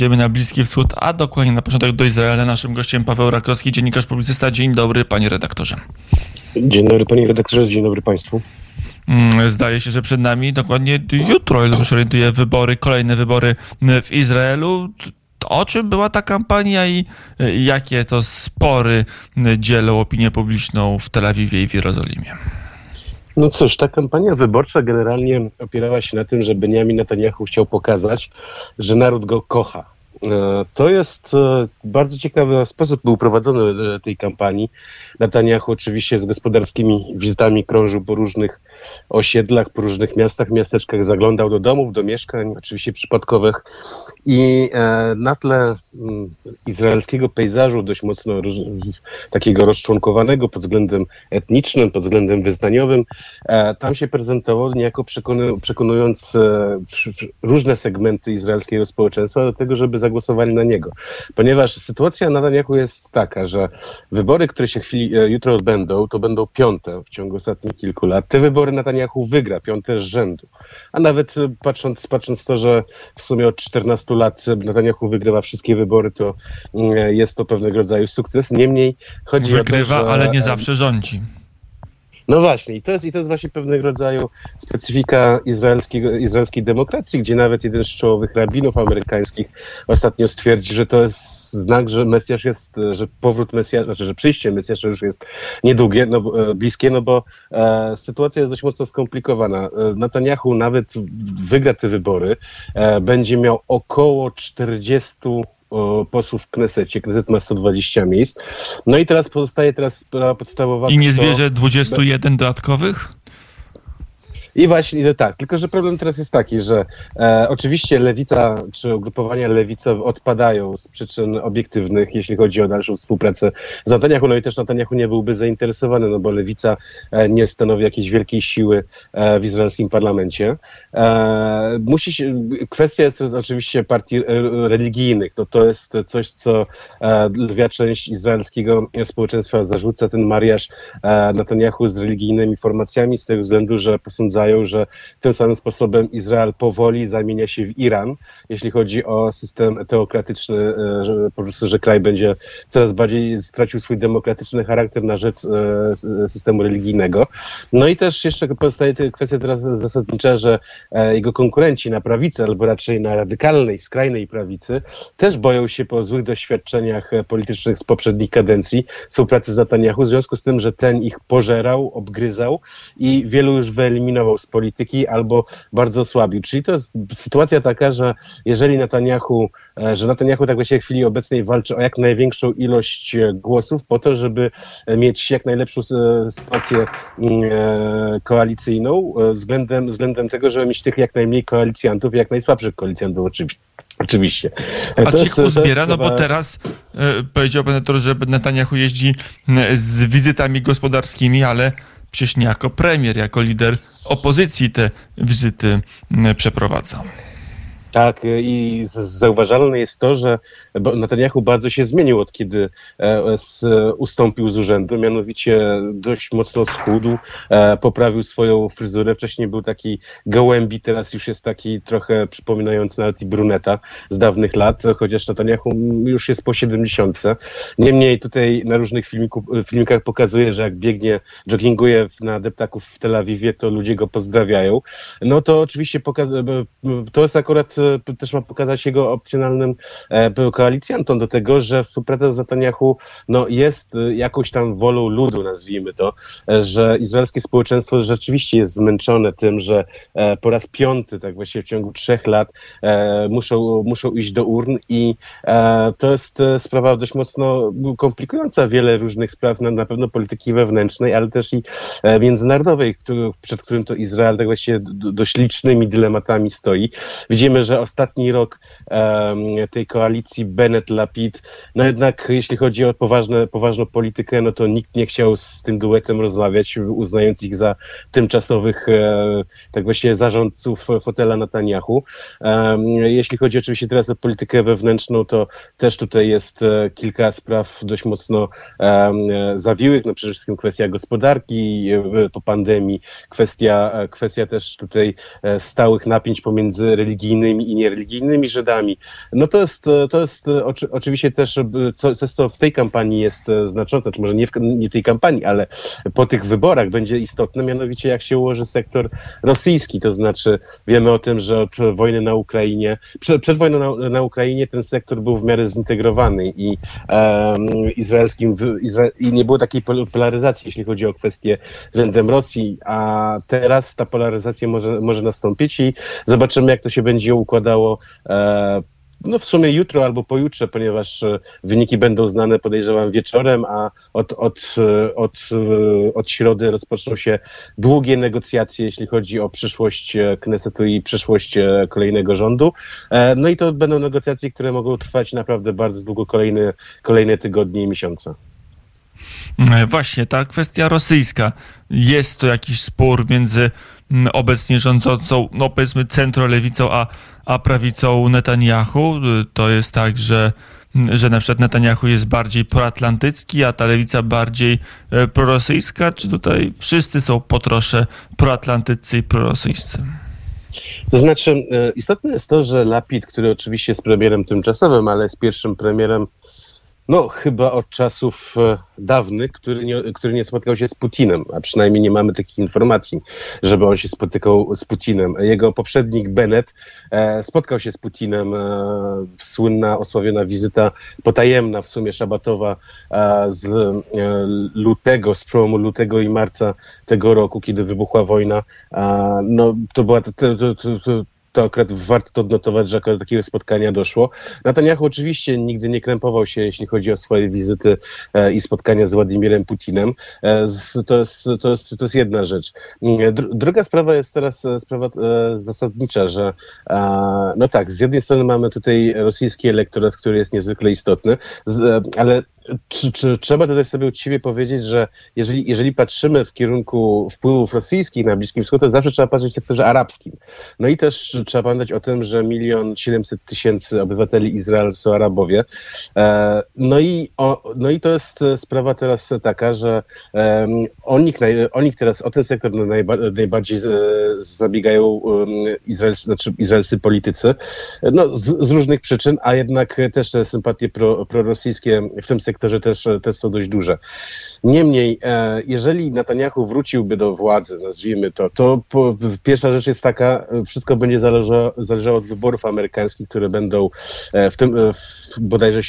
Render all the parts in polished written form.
Idziemy na Bliski Wschód, a dokładnie na początek do Izraela. Naszym gościem Paweł Rakowski, dziennikarz, publicysta. Dzień dobry, panie redaktorze. Dzień dobry, panie redaktorze, dzień dobry państwu. Zdaje się, że przed nami dokładnie jutro, ile się orientuję, kolejne wybory w Izraelu. O czym była ta kampania i jakie to spory dzielą opinię publiczną w Tel Awiwie i w Jerozolimie? No cóż, ta kampania wyborcza generalnie opierała się na tym, że Benjamin Netanyahu chciał pokazać, że naród go kocha. To jest bardzo ciekawy sposób był prowadzony tej kampanii. Netanyahu oczywiście z gospodarskimi wizytami krążył po różnych osiedlach, po różnych miastach, miasteczkach, zaglądał do domów, do mieszkań, oczywiście przypadkowych i na tle izraelskiego pejzażu dość mocno takiego rozczłonkowanego pod względem etnicznym, pod względem wyznaniowym, tam się prezentował niejako przekonując różne segmenty izraelskiego społeczeństwa do tego, żeby zagłosowali na niego. Ponieważ sytuacja Netanyahu jest taka, że wybory, które się jutro odbędą, to będą piąte w ciągu ostatnich kilku lat. Te wybory Netanyahu wygra, piąte z rzędu. A nawet patrząc to, że w sumie od 14 lat Netanyahu wygrywa wszystkie wybory, to jest to pewnego rodzaju sukces. Niemniej chodzi wygrywa, o to, że ale nie zawsze rządzi. No właśnie, i to jest właśnie pewnego rodzaju specyfika izraelskiej demokracji, gdzie nawet jeden z czołowych rabinów amerykańskich ostatnio stwierdzi, że to jest znak, że Mesjasz jest, że powrót Mesjasza, znaczy, że przyjście Mesjasza już jest niedługie, bliskie, bo sytuacja jest dość mocno skomplikowana. Netanyahu nawet wygra te wybory, będzie miał około 40 posłów w Knesecie. Kneset ma 120 miejsc. No i teraz pozostaje sprawa podstawowa. I nie zbierze 21 dodatkowych? I właśnie tak, tylko że problem teraz jest taki, że oczywiście lewica czy ugrupowania lewicowe odpadają z przyczyn obiektywnych, jeśli chodzi o dalszą współpracę z Netanyahu, no i też Netanyahu nie byłby zainteresowany, no bo lewica nie stanowi jakiejś wielkiej siły w izraelskim parlamencie. Kwestia jest oczywiście partii religijnych, no to jest coś, co lwia część izraelskiego społeczeństwa zarzuca, ten mariaż Netanyahu z religijnymi formacjami, z tego względu, że posądzają, że tym samym sposobem Izrael powoli zamienia się w Iran, jeśli chodzi o system teokratyczny, że po prostu, że kraj będzie coraz bardziej stracił swój demokratyczny charakter na rzecz systemu religijnego. No i też jeszcze pozostaje kwestia teraz zasadnicza, że jego konkurenci na prawicy, albo raczej na radykalnej, skrajnej prawicy, też boją się po złych doświadczeniach politycznych z poprzednich kadencji współpracy z Netanyahu, w związku z tym, że ten ich pożerał, obgryzał i wielu już wyeliminował z polityki albo bardzo osłabił. Czyli to jest sytuacja taka, że jeżeli Netanyahu tak właściwie w chwili obecnej walczy o jak największą ilość głosów po to, żeby mieć jak najlepszą sytuację koalicyjną względem tego, żeby mieć tych jak najmniej koalicjantów, jak najsłabszych koalicjantów oczywiście. A ci uzbiera, no bo teraz powiedział pan, że Netanyahu jeździ z wizytami gospodarskimi, ale przecież nie jako premier, jako lider opozycji te wizyty przeprowadza. Tak, i zauważalne jest to, że Netanyahu bardzo się zmienił od kiedy ustąpił z urzędu, mianowicie dość mocno schudł, poprawił swoją fryzurę. Wcześniej był taki gołębi, teraz już jest taki trochę przypominający nawet i bruneta z dawnych lat, chociaż Netanyahu już jest po 70. Niemniej tutaj na różnych filmikach pokazuje, że jak biegnie, jogginguje na deptaków w Tel Awiwie, to ludzie go pozdrawiają. No to oczywiście to jest akurat też ma pokazać jego opcjonalnym koalicjantom do tego, że współpraca z Netanyahu jest jakąś tam wolą ludu, nazwijmy to, że izraelskie społeczeństwo rzeczywiście jest zmęczone tym, że po raz piąty, tak właściwie w ciągu 3 lat muszą iść do urn i to jest sprawa dość mocno komplikująca wiele różnych spraw, na pewno polityki wewnętrznej, ale też i międzynarodowej, przed którym to Izrael tak właściwie dość licznymi dylematami stoi. Widzimy, że ostatni rok tej koalicji Bennett-Lapid, no jednak jeśli chodzi o poważną politykę, no to nikt nie chciał z tym duetem rozmawiać, uznając ich za tymczasowych tak właściwie zarządców fotela Netanyahu. Jeśli chodzi oczywiście teraz o politykę wewnętrzną, to też tutaj jest kilka spraw dość mocno zawiłych, no przede wszystkim kwestia gospodarki po pandemii, kwestia też tutaj stałych napięć pomiędzy religijnymi religijnymi i niereligijnymi Żydami. No to jest oczywiście też coś, co w tej kampanii jest znaczące, czy może nie w tej kampanii, ale po tych wyborach będzie istotne, mianowicie jak się ułoży sektor rosyjski, to znaczy wiemy o tym, że od wojny na Ukrainie, przed wojną na Ukrainie ten sektor był w miarę zintegrowany i i nie było takiej polaryzacji, jeśli chodzi o kwestie względem Rosji, a teraz ta polaryzacja może nastąpić i zobaczymy, jak to się będzie układało no w sumie jutro albo pojutrze, ponieważ wyniki będą znane, podejrzewam, wieczorem, a od środy rozpoczną się długie negocjacje, jeśli chodzi o przyszłość Knesetu i przyszłość kolejnego rządu. No i to będą negocjacje, które mogą trwać naprawdę bardzo długo, kolejne tygodnie i miesiące. Właśnie, ta kwestia rosyjska. Jest to jakiś spór między obecnie rządzącą, no powiedzmy centrolewicą, a prawicą Netanyahu. To jest tak, że na przykład Netanyahu jest bardziej proatlantycki, a ta lewica bardziej prorosyjska? Czy tutaj wszyscy są po trosze proatlantycy i prorosyjscy? To znaczy, istotne jest to, że Lapid, który oczywiście jest premierem tymczasowym, ale jest pierwszym premierem no chyba od czasów dawnych, który nie spotkał się z Putinem, a przynajmniej nie mamy takich informacji, żeby on się spotykał z Putinem. Jego poprzednik Bennett spotkał się z Putinem, słynna, osławiona wizyta potajemna, w sumie szabatowa z przełomu lutego i marca tego roku, kiedy wybuchła wojna. No to była to akurat warto to odnotować, że akurat do takiego spotkania doszło. Netanyahu oczywiście nigdy nie krępował się, jeśli chodzi o swoje wizyty i spotkania z Władimirem Putinem. To jest jedna rzecz. Druga sprawa jest teraz sprawa zasadnicza, że no tak, z jednej strony mamy tutaj rosyjski elektorat, który jest niezwykle istotny, ale czy trzeba tutaj sobie uczciwie powiedzieć, że jeżeli patrzymy w kierunku wpływów rosyjskich na Bliskim Wschód, to zawsze trzeba patrzeć w sektorze arabskim. No i też trzeba pamiętać o tym, że 1 700 000 obywateli Izraela są Arabowie. No i to jest sprawa teraz taka, że o ten sektor najbardziej zabiegają izraelscy politycy. No, z różnych przyczyn, a jednak też te sympatie prorosyjskie w tym sektorze też są dość duże. Niemniej, jeżeli Netanyahu wróciłby do władzy, nazwijmy to pierwsza rzecz jest taka, wszystko będzie zależało od wyborów amerykańskich, które będą bodajże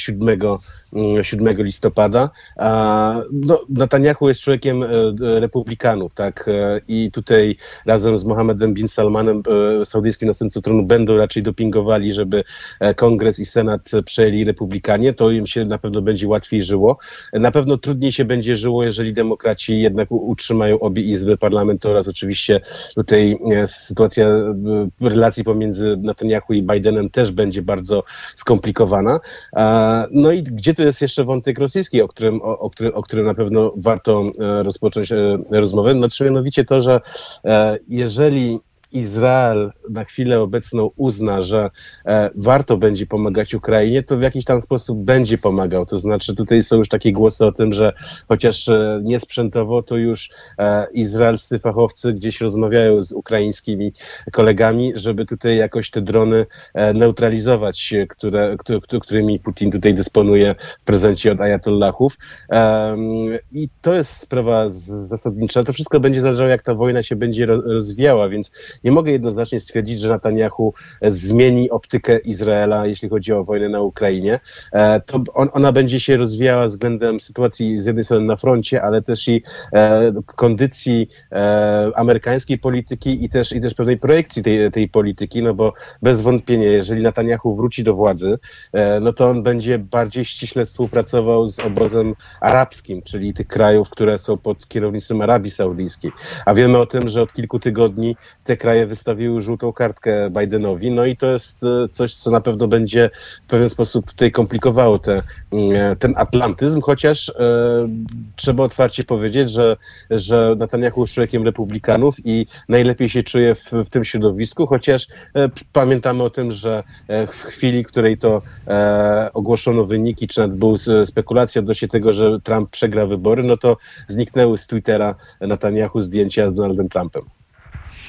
7 listopada. No, Netanyahu jest człowiekiem republikanów, tak? I tutaj razem z Mohammedem bin Salmanem, saudyjskim następcą tronu, będą raczej dopingowali, żeby Kongres i Senat przejęli republikanie. To im się na pewno będzie łatwiej żyło. Na pewno trudniej się będzie żyło, jeżeli demokraci jednak utrzymają obie izby parlamentu oraz oczywiście tutaj sytuacja relacji pomiędzy Netanyahu i Bidenem też będzie bardzo skomplikowana. No i gdzie tu jest jeszcze wątek rosyjski, o którym na pewno warto rozpocząć rozmowę. Znaczy mianowicie to, że jeżeli Izrael na chwilę obecną uzna, że warto będzie pomagać Ukrainie, to w jakiś tam sposób będzie pomagał. To znaczy tutaj są już takie głosy o tym, że chociaż nie sprzętowo, to już izraelscy fachowcy gdzieś rozmawiają z ukraińskimi kolegami, żeby tutaj jakoś te drony neutralizować, którymi Putin tutaj dysponuje w prezencie od ajatollahów. I to jest sprawa zasadnicza. To wszystko będzie zależało, jak ta wojna się będzie rozwijała, więc nie mogę jednoznacznie stwierdzić, że Netanyahu zmieni optykę Izraela, jeśli chodzi o wojnę na Ukrainie. To ona będzie się rozwijała względem sytuacji z jednej strony na froncie, ale też i kondycji amerykańskiej polityki i też pewnej projekcji tej polityki, no bo bez wątpienia, jeżeli Netanyahu wróci do władzy, no to on będzie bardziej ściśle współpracował z obozem arabskim, czyli tych krajów, które są pod kierownictwem Arabii Saudyjskiej. A wiemy o tym, że od kilku tygodni te kraje wystawiły żółtą kartkę Bidenowi, no i to jest coś, co na pewno będzie w pewien sposób tutaj komplikowało ten atlantyzm, chociaż trzeba otwarcie powiedzieć, że Netanyahu jest człowiekiem republikanów i najlepiej się czuje w tym środowisku, chociaż pamiętamy o tym, że w chwili, w której to ogłoszono wyniki, czy nawet była spekulacja odnośnie tego, że Trump przegra wybory, no to zniknęły z Twittera Netanyahu zdjęcia z Donaldem Trumpem.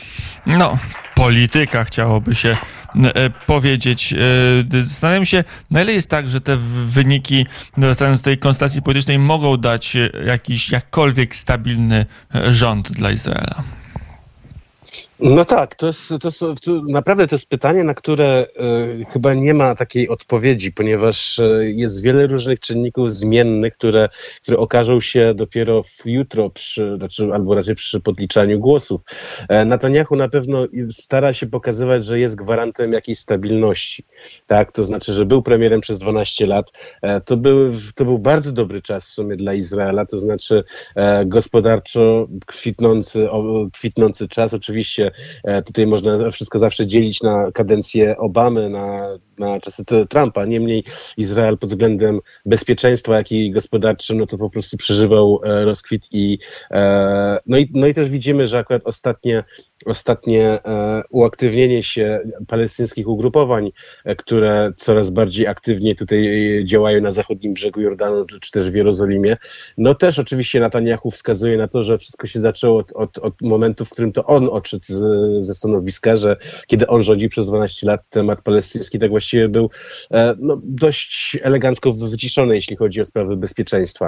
No, polityka chciałoby się powiedzieć. Zastanawiam się, na ile jest tak, że te wyniki z tej konstelacji politycznej mogą dać jakiś jakkolwiek stabilny rząd dla Izraela. No tak, naprawdę to jest pytanie, na które chyba nie ma takiej odpowiedzi, ponieważ jest wiele różnych czynników zmiennych, które okażą się dopiero jutro, albo raczej przy podliczaniu głosów. Netanjahu na pewno stara się pokazywać, że jest gwarantem jakiejś stabilności. Tak? To znaczy, że był premierem przez 12 lat. To był bardzo dobry czas w sumie dla Izraela, to znaczy gospodarczo kwitnący czas. Oczywiście tutaj można wszystko zawsze dzielić na kadencję Obamy, na czasy Trumpa. Niemniej Izrael pod względem bezpieczeństwa, jak i gospodarczym, no to po prostu przeżywał rozkwit no i też widzimy, że akurat ostatnie uaktywnienie się palestyńskich ugrupowań, które coraz bardziej aktywnie tutaj działają na zachodnim brzegu Jordanu, czy też w Jerozolimie, no też oczywiście Netanjahu wskazuje na to, że wszystko się zaczęło od momentu, w którym to on odszedł ze stanowiska, że kiedy on rządził przez 12 lat, temat palestyński tak właściwie był dość elegancko wyciszony, jeśli chodzi o sprawy bezpieczeństwa.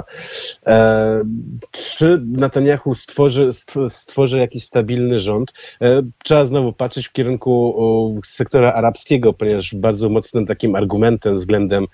Czy Netanjahu stworzy jakiś stabilny rząd? Trzeba znowu patrzeć w kierunku sektora arabskiego, ponieważ bardzo mocnym takim argumentem względem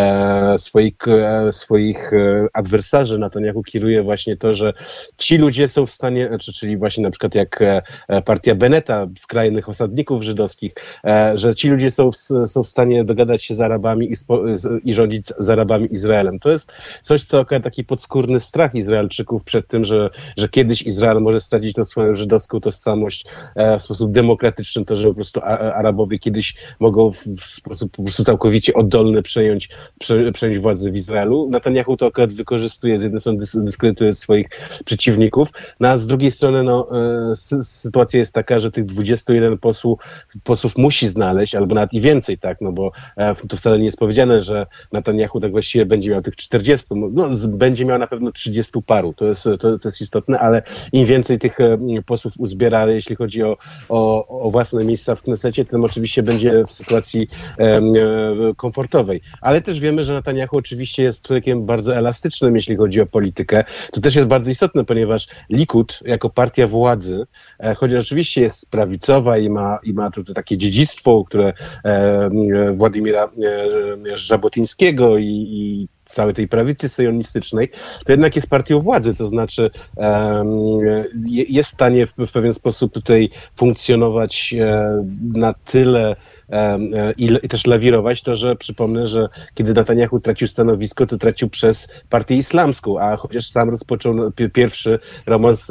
swoich adwersarzy Netanjahu kieruje właśnie to, że ci ludzie są w stanie, czyli właśnie na przykład jak partia Beneta, skrajnych osadników żydowskich, że ci ludzie są w stanie dogadać się z Arabami i rządzić z Arabami Izraelem. To jest coś, co okazuje taki podskórny strach Izraelczyków przed tym, że kiedyś Izrael może stracić tą swoją żydowską tożsamość w sposób demokratyczny, to, że po prostu Arabowie kiedyś mogą w sposób po prostu całkowicie oddolny przejąć władzę w Izraelu. Netanjahu to akurat wykorzystuje, z jednej strony dyskredytuje swoich przeciwników, no a z drugiej strony sytuacja jest taka, że tych 21 posłów musi znaleźć, albo nawet i więcej, tak, no bo to wcale nie jest powiedziane, że Netanjahu tak właściwie będzie miał tych 40, no będzie miał na pewno 30 paru, to jest istotne, ale im więcej tych posłów uzbiera, jeśli chodzi o własne miejsca w Knesecie, tym oczywiście będzie w sytuacji komfortowej. Ale też wiemy, że Netanjahu oczywiście jest człowiekiem bardzo elastycznym, jeśli chodzi o politykę. To też jest bardzo istotne, ponieważ Likud jako partia władzy, choć oczywiście jest prawicowa i ma to takie dziedzictwo, które Władimira Żabotyńskiego i całej tej prawicy sionistycznej, to jednak jest partią władzy, to znaczy jest w stanie w pewien sposób tutaj funkcjonować na tyle i też lawirować to, że przypomnę, że kiedy Netanjahu tracił stanowisko, to tracił przez partię islamską, a chociaż sam rozpoczął pierwszy romans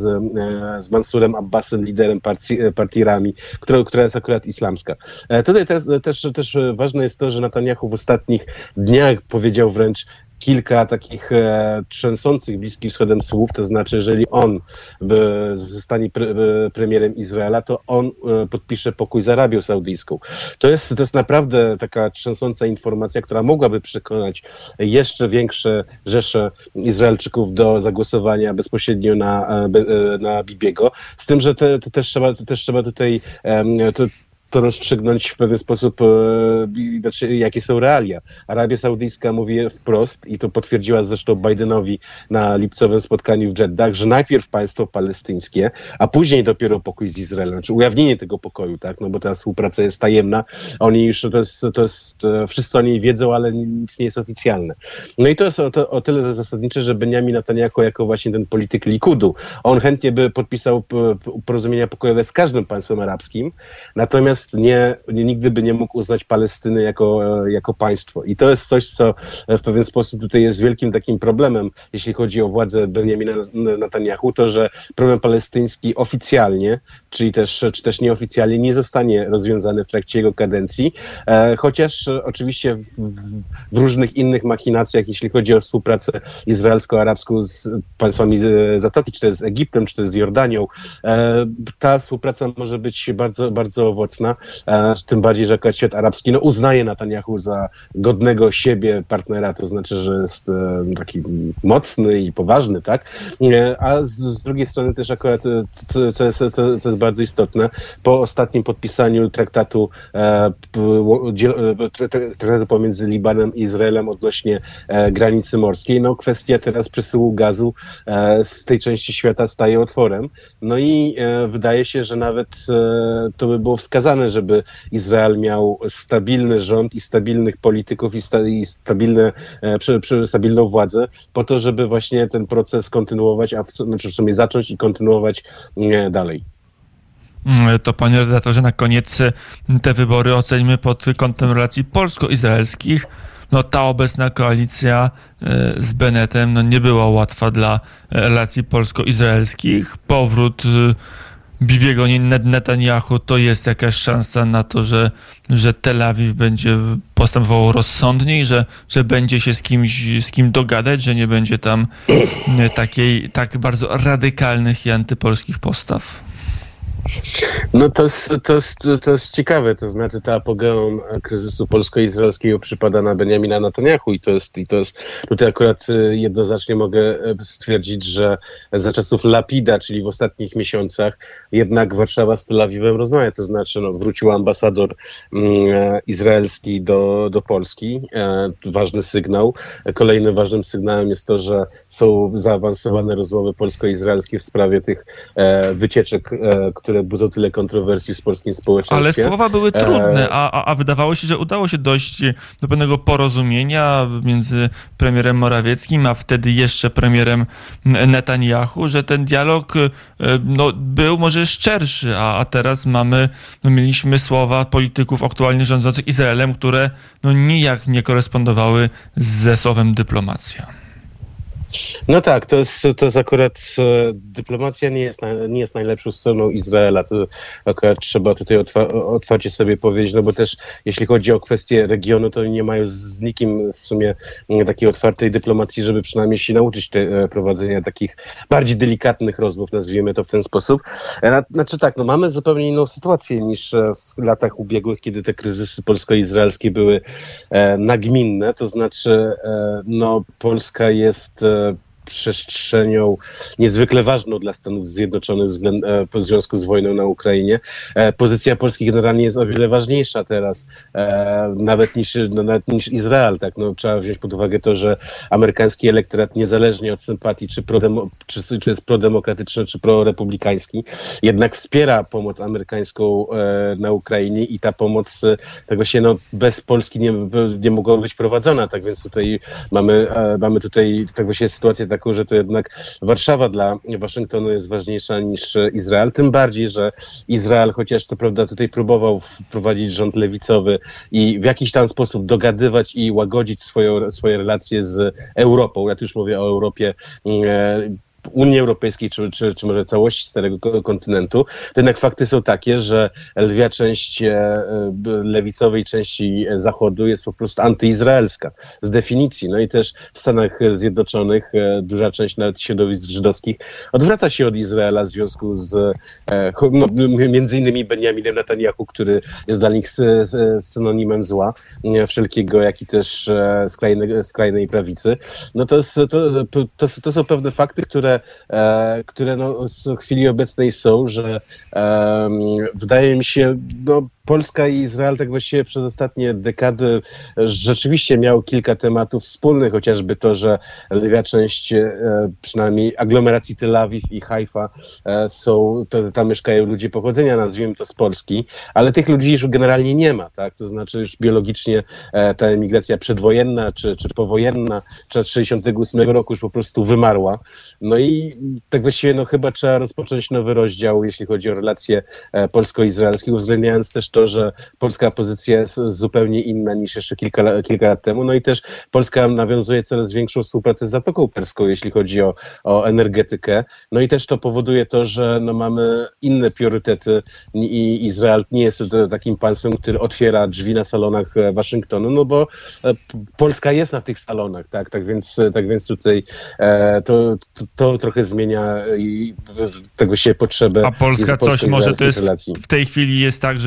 z Mansurem Abbasem, liderem partii Rami, która jest akurat islamska. Tutaj też ważne jest to, że Netanjahu w ostatnich dniach powiedział wręcz kilka takich trzęsących Bliskim Wschodem słów, to znaczy, jeżeli on zostanie premierem Izraela, to on podpisze pokój z Arabią Saudyjską. To jest naprawdę taka trzęsąca informacja, która mogłaby przekonać jeszcze większe rzesze Izraelczyków do zagłosowania bezpośrednio na Bibiego. Z tym, że też trzeba tutaj to rozstrzygnąć w pewien sposób, znaczy, jakie są realia. Arabia Saudyjska mówi wprost, i to potwierdziła zresztą Bidenowi na lipcowym spotkaniu w Dżeddach, że najpierw państwo palestyńskie, a później dopiero pokój z Izraelem, znaczy ujawnienie tego pokoju, tak, no bo ta współpraca jest tajemna, oni już, wszyscy o niej wiedzą, ale nic nie jest oficjalne. No i to jest o tyle zasadnicze, że Benjamin Netanjahu jako właśnie ten polityk Likudu, on chętnie by podpisał porozumienia pokojowe z każdym państwem arabskim, natomiast nigdy by nie mógł uznać Palestyny jako państwo. I to jest coś, co w pewien sposób tutaj jest wielkim takim problemem, jeśli chodzi o władzę Benjamina Netanjahu, to, że problem palestyński oficjalnie, czy też nieoficjalnie nie zostanie rozwiązany w trakcie jego kadencji, chociaż oczywiście w różnych innych machinacjach, jeśli chodzi o współpracę izraelsko-arabską z państwami Zatoki, czy też z Egiptem, czy też z Jordanią, ta współpraca może być bardzo, bardzo owocna. poważna, tym bardziej, że akurat świat arabski uznaje Netanyahu za godnego siebie partnera, to znaczy, że jest taki mocny i poważny, tak? A z drugiej strony też akurat, co jest bardzo istotne, po ostatnim podpisaniu traktatu pomiędzy Libanem i Izraelem odnośnie granicy morskiej, kwestia teraz przesyłu gazu z tej części świata staje otworem. No i wydaje się, że nawet to by było wskazane, żeby Izrael miał stabilny rząd i stabilnych polityków i stabilną władzę po to, żeby właśnie ten proces kontynuować, w sumie zacząć i kontynuować dalej. To panie redaktorze, na koniec te wybory oceńmy pod kątem relacji polsko-izraelskich. Ta obecna koalicja z Bennettem nie była łatwa dla relacji polsko-izraelskich. Powrót Bibiego Netanyahu to jest jakaś szansa na to, że Tel Awiw będzie postępował rozsądniej, że będzie się z kim dogadać, że nie będzie tam tak bardzo radykalnych i antypolskich postaw. To jest ciekawe, to znaczy ta apogeum kryzysu polsko-izraelskiego przypada na Benjamina Netanyahu i to jest tutaj akurat jednoznacznie mogę stwierdzić, że za czasów Lapida, czyli w ostatnich miesiącach, jednak Warszawa z Tel Awiwem rozmawia, to znaczy wrócił ambasador izraelski do Polski, ważny sygnał. Kolejnym ważnym sygnałem jest to, że są zaawansowane rozmowy polsko-izraelskie w sprawie tych wycieczek, które budzą tyle kontrowersji w polskim społeczeństwie. Ale słowa były trudne, a wydawało się, że udało się dojść do pewnego porozumienia między premierem Morawieckim, a wtedy jeszcze premierem Netanyahu, że ten dialog był może szczerszy, a teraz mieliśmy słowa polityków aktualnie rządzących Izraelem, które nijak nie korespondowały ze słowem dyplomacja. Tak, to jest akurat dyplomacja nie jest najlepszą stroną Izraela. To akurat trzeba tutaj otwarcie sobie powiedzieć, bo też jeśli chodzi o kwestie regionu, to nie mają z nikim w sumie takiej otwartej dyplomacji, żeby przynajmniej się nauczyć prowadzenia takich bardziej delikatnych rozmów, nazwijmy to w ten sposób. Znaczy tak, mamy zupełnie inną sytuację niż w latach ubiegłych, kiedy te kryzysy polsko-izraelskie były nagminne, to znaczy Polska jest przestrzenią niezwykle ważną dla Stanów Zjednoczonych w związku z wojną na Ukrainie. Pozycja Polski generalnie jest o wiele ważniejsza teraz, nawet niż Izrael. Tak? Trzeba wziąć pod uwagę to, że amerykański elektorat, niezależnie od sympatii, czy jest prodemokratyczny, czy prorepublikański, jednak wspiera pomoc amerykańską na Ukrainie i ta pomoc tego się bez Polski nie mogła być prowadzona. Tak więc tutaj mamy tutaj tak właśnie sytuację taką, że to jednak Warszawa dla Waszyngtonu jest ważniejsza niż Izrael, tym bardziej, że Izrael, chociaż co prawda tutaj próbował wprowadzić rząd lewicowy i w jakiś tam sposób dogadywać i łagodzić swoje relacje z Europą, ja tu już mówię o Europie Unii Europejskiej, czy może całości Starego Kontynentu, to jednak fakty są takie, że lwia część lewicowej części Zachodu jest po prostu antyizraelska z definicji. I też w Stanach Zjednoczonych duża część nawet środowisk żydowskich odwraca się od Izraela w związku z między innymi Benjaminem Netanyahu, który jest dla nich synonimem zła wszelkiego, jak i też skrajnej prawicy. To są pewne fakty, które w chwili obecnej są, że wydaje mi się, Polska i Izrael tak właściwie przez ostatnie dekady rzeczywiście miały kilka tematów wspólnych, chociażby to, że lwia część przynajmniej aglomeracji Tel Awiw i Haifa tam mieszkają ludzie pochodzenia, nazwijmy to z Polski, ale tych ludzi już generalnie nie ma, tak? To znaczy już biologicznie ta emigracja przedwojenna czy powojenna, czy od 1968 roku już po prostu wymarła. I tak właściwie chyba trzeba rozpocząć nowy rozdział, jeśli chodzi o relacje polsko-izraelskie, uwzględniając też to, że polska pozycja jest zupełnie inna niż jeszcze kilka lat temu. I też Polska nawiązuje coraz większą współpracę z Zatoką Perską, jeśli chodzi o energetykę. I też to powoduje to, że mamy inne priorytety i Izrael nie jest takim państwem, który otwiera drzwi na salonach Waszyngtonu, bo Polska jest na tych salonach, tak? Tak więc tutaj to trochę zmienia i tego się potrzebę. A Polska coś może to jest w tej chwili jest tak, że to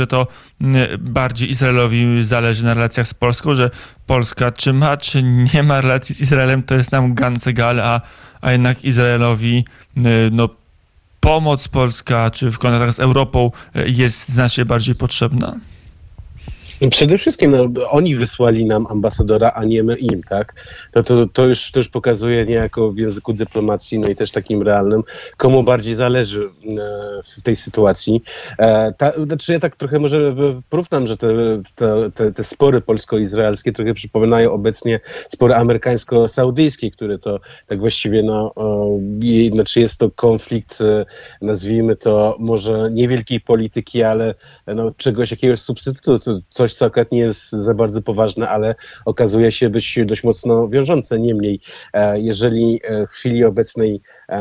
bardziej Izraelowi zależy na relacjach z Polską, że Polska czy ma, czy nie ma relacji z Izraelem, to jest nam ganz egal, a jednak Izraelowi no, pomoc polska, czy w kontaktach z Europą jest znacznie bardziej potrzebna? Przede wszystkim oni wysłali nam ambasadora, a nie my im, tak? To już pokazuje niejako w języku dyplomacji, no i też takim realnym, komu bardziej zależy w tej sytuacji. Znaczy ja tak trochę może porównam, że te spory polsko-izraelskie trochę przypominają obecnie spory amerykańsko-saudyjskie, które to tak właściwie, znaczy jest to konflikt, nazwijmy to może niewielkiej polityki, ale czegoś, jakiegoś substytutu, coś, co akurat nie jest za bardzo poważne, ale okazuje się być dość mocno wiążące. Niemniej, jeżeli w chwili obecnej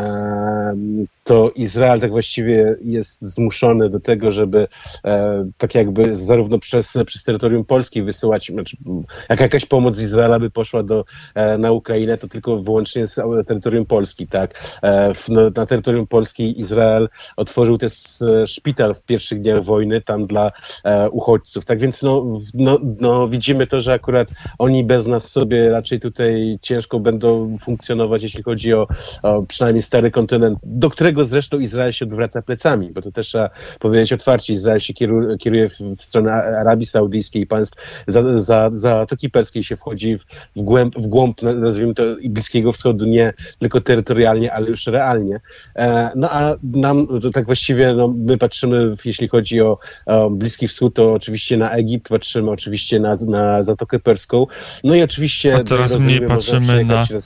to Izrael tak właściwie jest zmuszony do tego, żeby tak jakby zarówno przez terytorium Polski wysyłać, znaczy, jak jakaś pomoc z Izraela by poszła na Ukrainę, to tylko wyłącznie z terytorium Polski, tak. Na terytorium Polski Izrael otworzył też szpital w pierwszych dniach wojny tam dla uchodźców. Tak więc widzimy to, że akurat oni bez nas sobie raczej tutaj ciężko będą funkcjonować, jeśli chodzi o przynajmniej stary kontynent, do którego zresztą Izrael się odwraca plecami, bo to też trzeba powiedzieć otwarcie. Izrael się kieruje w stronę Arabii Saudyjskiej, państw Zatoki Perskiej się wchodzi w głąb, nazwijmy to, Bliskiego Wschodu, nie tylko terytorialnie, ale już realnie. A nam to tak właściwie, my patrzymy, jeśli chodzi o Bliski Wschód, to oczywiście na Egipt, patrzymy oczywiście na Zatokę Perską, no i oczywiście... A coraz mniej patrzymy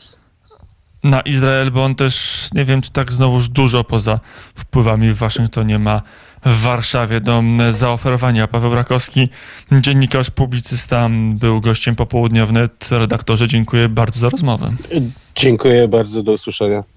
na Izrael, bo on też, nie wiem, czy tak znowuż dużo poza wpływami w Waszyngtonie ma w Warszawie do zaoferowania. Paweł Rakowski, dziennikarz, publicysta, był gościem popołudnia wnet. Redaktorze, dziękuję bardzo za rozmowę. Dziękuję bardzo, do usłyszenia.